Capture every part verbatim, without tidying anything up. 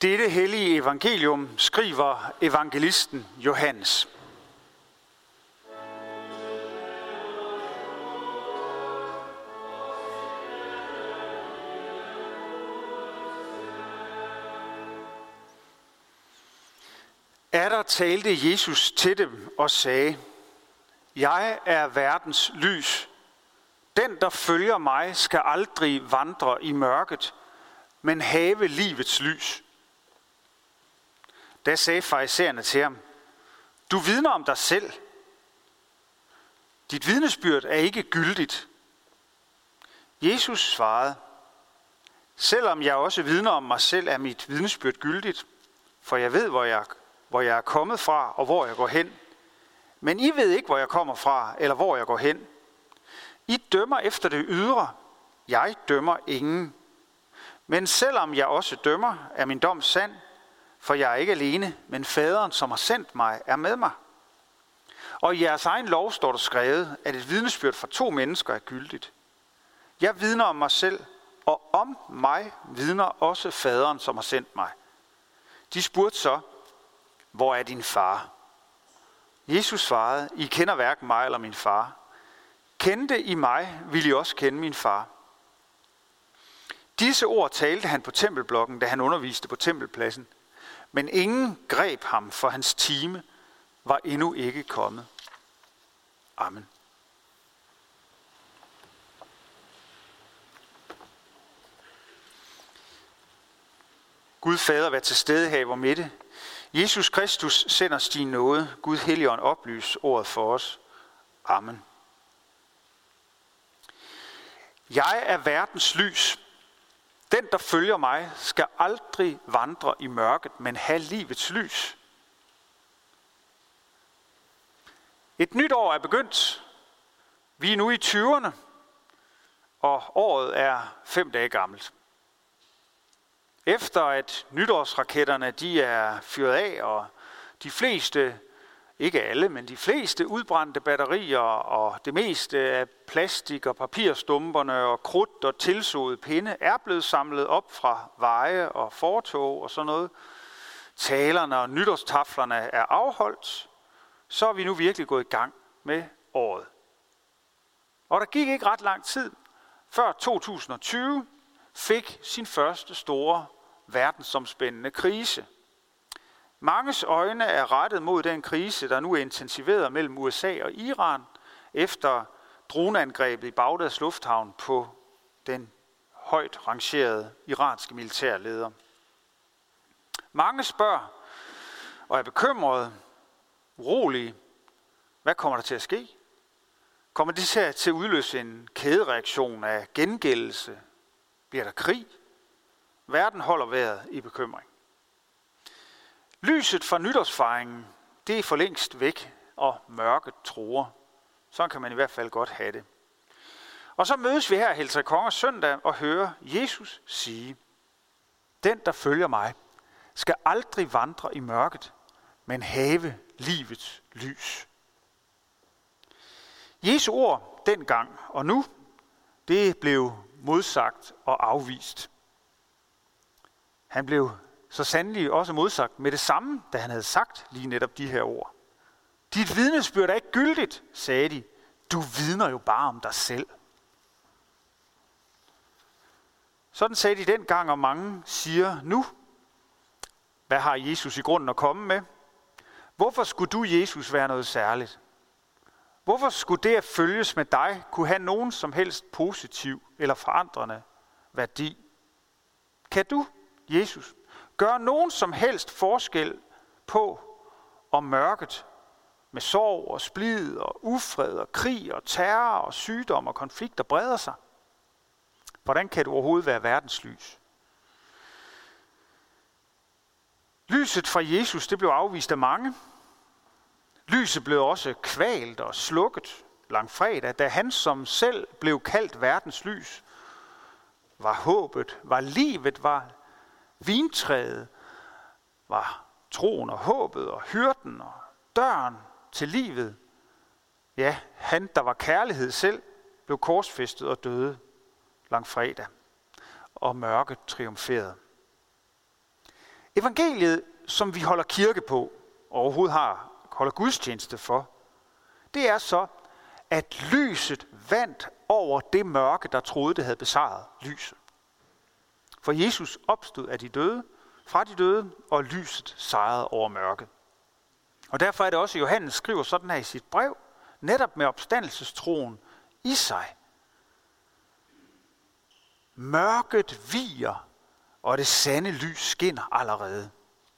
dette hellige evangelium skriver evangelisten Johannes. Atter talte Jesus til dem og sagde: Jeg er verdens lys. Den, der følger mig, skal aldrig vandre i mørket, men have livets lys. Da sagde farisæerne til ham: Du vidner om dig selv. Dit vidnesbyrd er ikke gyldigt. Jesus svarede: Selvom jeg også vidner om mig selv, er mit vidnesbyrd gyldigt, for jeg ved, hvor jeg, hvor jeg er kommet fra og hvor jeg går hen. Men I ved ikke, hvor jeg kommer fra eller hvor jeg går hen. I dømmer efter det ydre. Jeg dømmer ingen. Men selvom jeg også dømmer, er min dom sand, for jeg er ikke alene, men faderen, som har sendt mig, er med mig. Og i jeres egen lov står der skrevet, at et vidnesbyrd fra to mennesker er gyldigt. Jeg vidner om mig selv, og om mig vidner også faderen, som har sendt mig. De spurgte så: Hvor er din far? Jesus svarede: I kender hverken mig eller min far. Kendte I mig, ville I også kende min far. Disse ord talte han på tempelblokken, da han underviste på tempelpladsen. Men ingen greb ham, for hans time var endnu ikke kommet. Amen. Gud Fader, vær til stede her i vor midte. Jesus Kristus, send os din nåde. Gud Helligånd, oplys ordet for os. Amen. Jeg er verdens lys. Den, der følger mig, skal aldrig vandre i mørket, men have livets lys. Et nyt år er begyndt. Vi er nu i tyverne, og året er fem dage gammelt. Efter at nytårsraketterne de er fyret af, og de fleste, ikke alle, men de fleste udbrændte batterier og det meste af plastik og papirstumperne og krudt og tilsåede pinde er blevet samlet op fra veje og fortog og sådan noget. Talerne og nytårstaflerne er afholdt, så er vi nu virkelig gået i gang med året. Og der gik ikke ret lang tid, før to tusind og tyve fik sin første store verdensomspændende krise. Manges øjne er rettet mod den krise, der nu er intensiveret mellem U S A og Iran, efter droneangrebet i Bagdads lufthavn på den højt rangerede iranske militærleder. Mange spørger og er bekymrede, urolige. Hvad kommer der til at ske? Kommer det til at udløse en kædereaktion af gengældelse? Bliver der krig? Verden holder vejret i bekymring. Lyset fra nytårsfejringen, det er for længst væk, og mørket truer. Sådan kan man i hvert fald godt have det. Og så mødes vi her i Heltre Kongers søndag og hører Jesus sige: Den, der følger mig, skal aldrig vandre i mørket, men have livets lys. Jesu ord dengang og nu, det blev modsagt og afvist. Han blev så sandelig også modsagt med det samme, da han havde sagt lige netop de her ord. Dit vidnesbyrd er ikke gyldigt, sagde de. Du vidner jo bare om dig selv. Sådan sagde de dengang, og mange siger nu. Hvad har Jesus i grunden at komme med? Hvorfor skulle du, Jesus, være noget særligt? Hvorfor skulle det at følges med dig kunne have nogen som helst positiv eller forandrende værdi? Kan du, Jesus, gøre nogen som helst forskel på, om mørket med sorg og splid og ufred og krig og terror og sygdom og konflikter breder sig? Hvordan kan du overhovedet være verdens lys? Lyset fra Jesus, det blev afvist af mange. Lyset blev også kvalt og slukket langfredag, da han som selv blev kaldt verdens lys, var håbet, var livet, var vintræet, var troen og håbet og hyrden og døren til livet. Ja, han, der var kærlighed selv, blev korsfæstet og døde langfredag, og mørket triumferede. Evangeliet, som vi holder kirke på, og overhovedet har, holder gudstjeneste for, det er så, at lyset vandt over det mørke, der troede, det havde besejret lyset. For Jesus opstod af de døde, fra de døde, og lyset sejrede over mørket. Og derfor er det også, at Johannes skriver sådan her i sit brev, netop med opstandelsestroen i sig. Mørket viger, og det sande lys skinner allerede.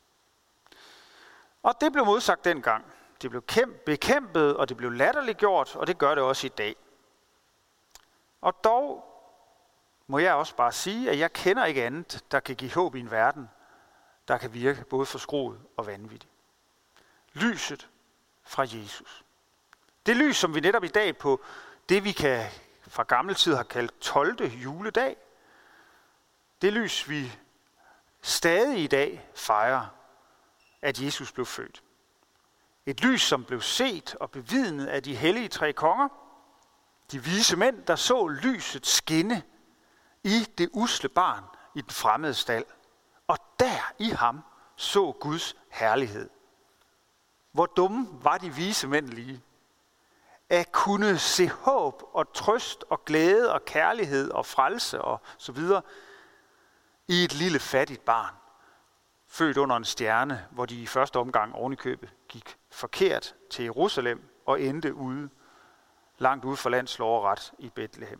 Og det blev modsagt dengang. Det blev bekæmpet, og det blev latterliggjort, og det gør det også i dag. Og dog må jeg også bare sige, at jeg kender ikke andet, der kan give håb i en verden, der kan virke både forskruet og vanvittigt. Lyset fra Jesus. Det lys, som vi netop i dag på det, vi kan fra gammel tid har kaldt tolvte juledag, det lys, vi stadig i dag fejrer, at Jesus blev født. Et lys, som blev set og bevidnet af de hellige tre konger, de vise mænd, der så lyset skinne i det usle barn i den fremmede stald. Og der i ham så Guds herlighed. Hvor dumme var de vise mænd lige? At kunne se håb og trøst og glæde og kærlighed og frelse og så videre i et lille fattigt barn, født under en stjerne, hvor de i første omgang ovenikøbet gik forkert til Jerusalem og endte ude, langt ude for lands lov og ret i Betlehem.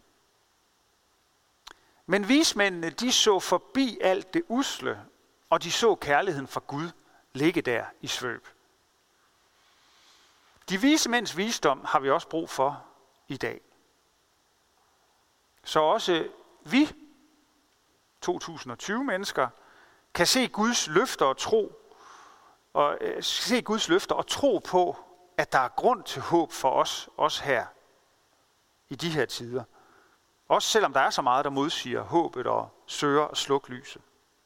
Men vismændene, de så forbi alt det usle, og de så kærligheden fra Gud ligge der i svøb. De vise mænds visdom har vi også brug for i dag. Så også vi, to tusind og tyve mennesker, kan se Guds løfter og tro, og øh, se Guds løfter og tro på, at der er grund til håb for os, os her i de her tider. Også selvom der er så meget, der modsiger håbet og søger at slukke lyset.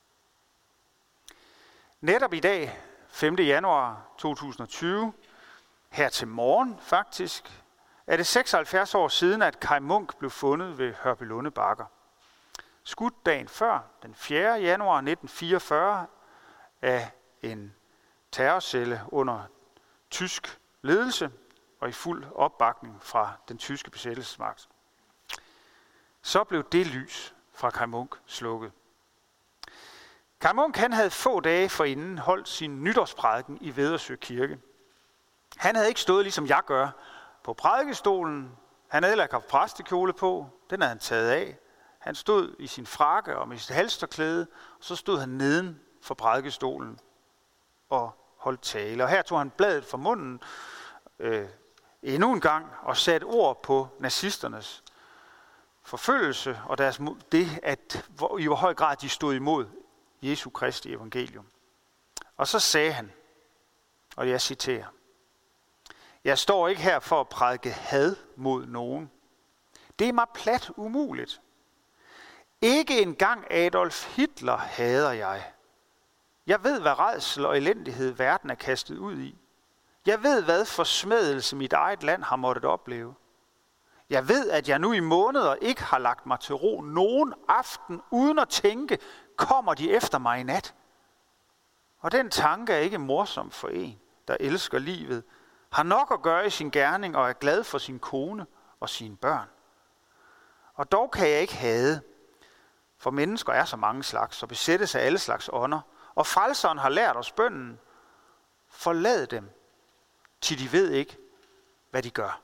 Netop i dag, femte januar to tusind og tyve, her til morgen faktisk, er det seksoghalvfjerds år siden, at Kaj Munk blev fundet ved Hørbylunde Bakker. Skudt dagen før, den fjerde januar nitten fireogfyrre, af en terrorcelle under tysk ledelse og i fuld opbakning fra den tyske besættelsesmagt. Så blev det lys fra Kaj Munk slukket. Kaj Munk, han havde få dage forinden holdt sin nytårsprædiken i Vedersø Kirke. Han havde ikke stået, ligesom jeg gør, på prædikestolen. Han havde heller ikke haft præstekjole på. Den havde han taget af. Han stod i sin frakke og med sit halsterklæde, og så stod han neden for prædikestolen og holdt tale. Og her tog han bladet fra munden øh, endnu en gang og satte ord på nazisternes forfølgelse og deres, det, at hvor, i hvor høj grad de stod imod Jesu Kristi evangelium. Og så sagde han, og jeg citerer: Jeg står ikke her for at prædike had mod nogen. Det er mig plat umuligt. Ikke engang Adolf Hitler hader jeg. Jeg ved, hvad rædsel og elendighed verden er kastet ud i. Jeg ved, hvad forsmædelse mit eget land har måttet opleve. Jeg ved, at jeg nu i måneder ikke har lagt mig til ro nogen aften, uden at tænke, kommer de efter mig i nat? Og den tanke er ikke morsom for en, der elsker livet, har nok at gøre i sin gerning og er glad for sin kone og sine børn. Og dog kan jeg ikke hade, for mennesker er så mange slags og besættes af alle slags ånder, og frelseren har lært os bønnen: forlad dem, til de ved ikke, hvad de gør.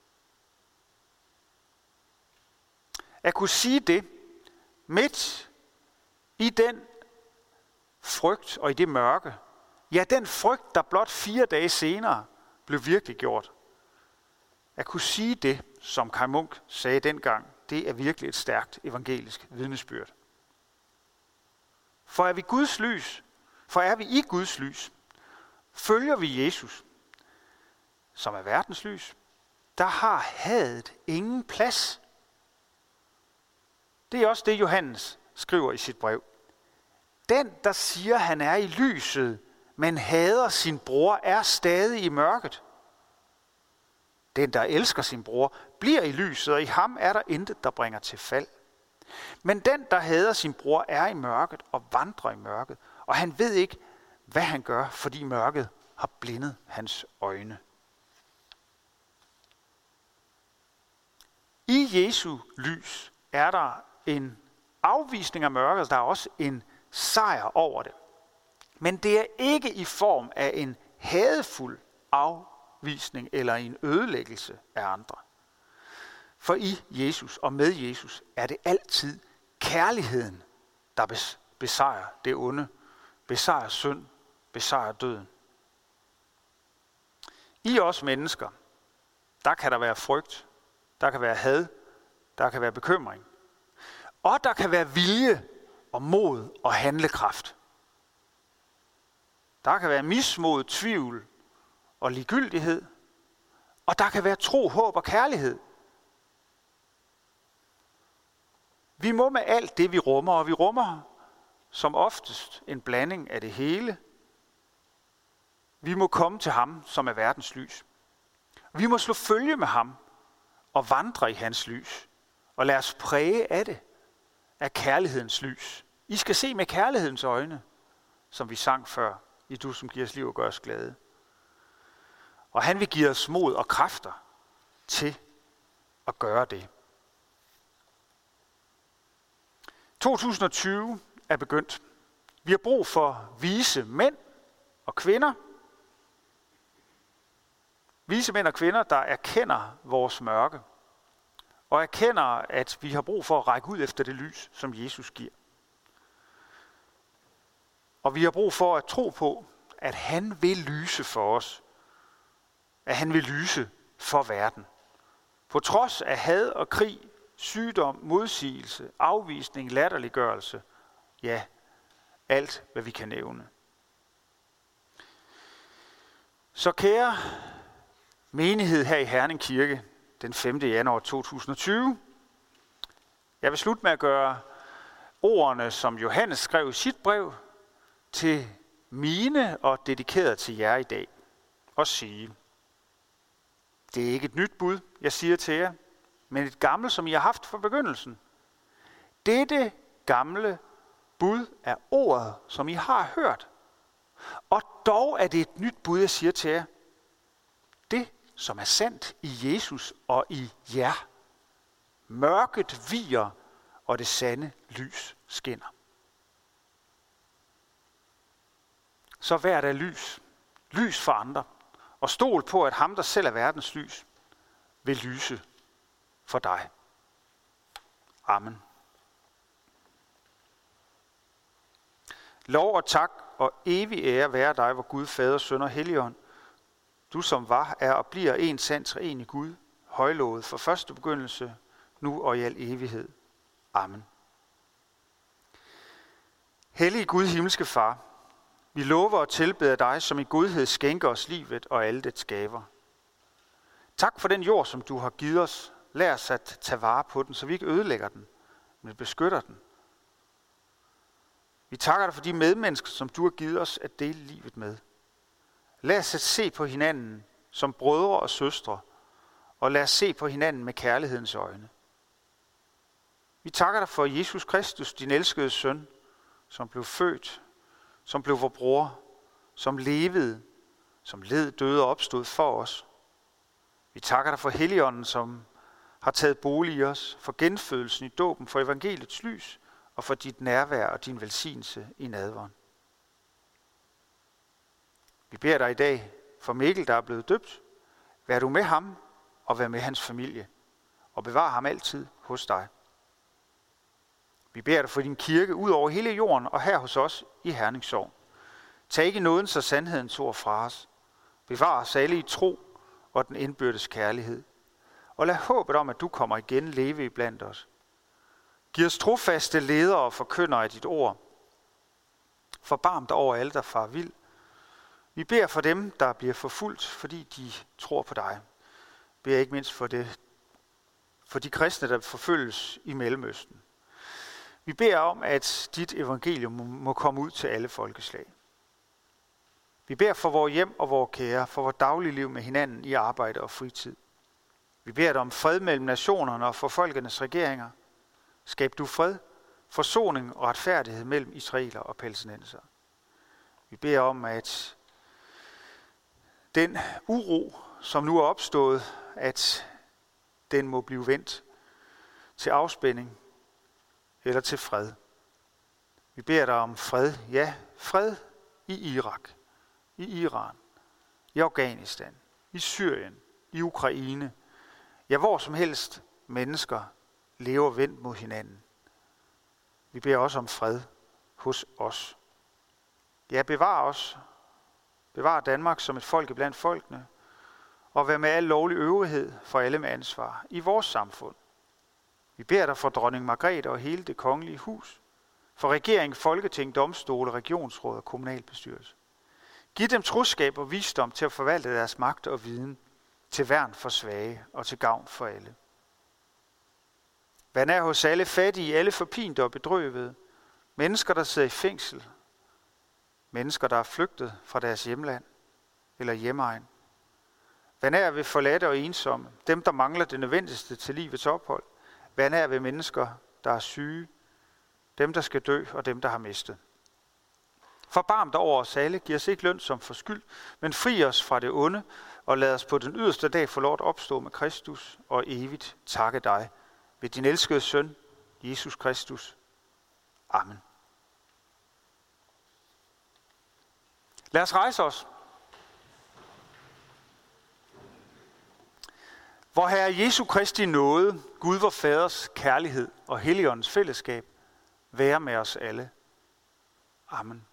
At kunne sige det midt i den frygt og i det mørke, ja, den frygt, der blot fire dage senere blev virkelig gjort. At kunne sige det, som Kaj Munk sagde dengang, det er virkelig et stærkt evangelisk vidnesbyrd. For er vi Guds lys, for er vi i Guds lys, følger vi Jesus, som er verdens lys, der har hadet ingen plads. Det er også det, Johannes skriver i sit brev. Den, der siger, han er i lyset, men hader sin bror, er stadig i mørket. Den, der elsker sin bror, bliver i lyset, og i ham er der intet, der bringer til fald. Men den, der hader sin bror, er i mørket og vandrer i mørket, Og han ved ikke, hvad han gør, fordi mørket har blindet hans øjne. I Jesu lys er der en afvisning af mørket, der er også en sejr over det. Men det er ikke i form af en hadefuld afvisning eller en ødelæggelse af andre. For i Jesus og med Jesus er det altid kærligheden, der besejrer det onde, besejrer synd, besejrer døden. I os mennesker, der kan der være frygt, der kan være had, der kan være bekymring. Og der kan være vilje og mod og handlekraft. Der kan være mismod, tvivl og ligegyldighed. Og der kan være tro, håb og kærlighed. Vi må med alt det, vi rummer, og vi rummer som oftest en blanding af det hele. Vi må komme til ham, som er verdens lys. Vi må slå følge med ham og vandre i hans lys. Og lade os præge af det, af kærlighedens lys. I skal se med kærlighedens øjne, som vi sang før, i Du, som giver os liv og gør os glade. Og han vil give os mod og kræfter til at gøre det. to tusind og tyve er begyndt. Vi har brug for vise mænd og kvinder. Vise mænd og kvinder, der erkender vores mørke. Og erkender, at vi har brug for at række ud efter det lys, som Jesus giver. Og vi har brug for at tro på, at han vil lyse for os. At han vil lyse for verden. På trods af had og krig, sygdom, modsigelse, afvisning, latterliggørelse. Ja, alt hvad vi kan nævne. Så kære menighed her i Herning Kirke, den femte januar to tusind og tyve. Jeg vil slutte med at gøre ordene, som Johannes skrev i sit brev, til mine og dedikeret til jer i dag. Og sige, det er ikke et nyt bud, jeg siger til jer, men et gammelt, som I har haft fra begyndelsen. Dette gamle bud er ordet, som I har hørt. Og dog er det et nyt bud, jeg siger til jer. Det, som er sandt i Jesus og i jer. Mørket viger, og det sande lys skinner. Så vær der lys. Lys for andre. Og stol på, at ham, der selv er verdens lys, vil lyse for dig. Amen. Lov og tak og evig ære være dig, hvor Gud, Fader, Søn og Helligånd, du som var, er og bliver en sand treenig Gud, højlovet fra første begyndelse, nu og i al evighed. Amen. Hellige Gud, himmelske Far, vi lover og tilbeder dig, som i godhed skænker os livet og alle dets gaver. Tak for den jord, som du har givet os. Lær os at tage vare på den, så vi ikke ødelægger den, men beskytter den. Vi takker dig for de medmennesker, som du har givet os at dele livet med. Lad os at se på hinanden som brødre og søstre, og lad os se på hinanden med kærlighedens øjne. Vi takker dig for Jesus Kristus, din elskede søn, som blev født, som blev vor bror, som levede, som led, døde og opstod for os. Vi takker dig for Helligånden, som har taget bolig i os, for genfødelsen i dåben, for evangeliets lys og for dit nærvær og din velsignelse i nadveren. Vi beder dig i dag for Mikkel, der er blevet døbt. Vær du med ham og vær med hans familie, og bevar ham altid hos dig. Vi beder dig for din kirke ud over hele jorden og her hos os i Herning Sogn. Tag ikke nådens og sandhedens ord fra os. Bevar os alle i tro og den indbyrdes kærlighed. Og lad håbet om, at du kommer igen leve iblandt os. Giv os trofaste ledere og forkyndere af dit ord. Forbarm dig over alle, der far vild. Vi beder for dem, der bliver forfulgt, fordi de tror på dig. Vi beder ikke mindst for, det, for de kristne, der forfølges i Mellemøsten. Vi beder om, at dit evangelium må komme ud til alle folkeslag. Vi beder for vores hjem og vores kære, for vores daglige liv med hinanden i arbejde og fritid. Vi beder dig om fred mellem nationerne og for folkenes regeringer. Skab du fred, forsoning og retfærdighed mellem israeler og palæstinenser. Vi beder om, at den uro, som nu er opstået, at den må blive vendt til afspænding eller til fred. Vi beder dig om fred, ja, fred i Irak, i Iran, i Afghanistan, i Syrien, i Ukraine, ja, hvor som helst mennesker lever vendt mod hinanden. Vi beder også om fred hos os. Ja, bevar os. Bevar Danmark som et folk blandt folkene, og vær med al lovlig øvrighed for alle med ansvar i vores samfund. Vi beder dig for dronning Margrethe og hele det kongelige hus, for regering, folketing, domstole, regionsråd og kommunalbestyrelse. Giv dem troskab og visdom til at forvalte deres magt og viden, til værn for svage og til gavn for alle. Vær nær hos alle fattige, alle forpinte og bedrøvede, mennesker, der sidder i fængsel, mennesker, der er flygtet fra deres hjemland eller hjemegn. Vær nær ved forladte og ensomme, dem, der mangler det nødvendigste til livets ophold. Vær nær ved mennesker, der er syge, dem, der skal dø og dem, der har mistet. Forbarm dig over os alle, giv os ikke løn som for skyld, men fri os fra det onde, og lad os på den yderste dag få lov at opstå med Kristus og evigt takke dig ved din elskede søn, Jesus Kristus. Amen. Lad os rejse os. Vor Herre Jesu Kristi nåde, Gud vor Faders kærlighed og Helligåndens fællesskab være med os alle. Amen.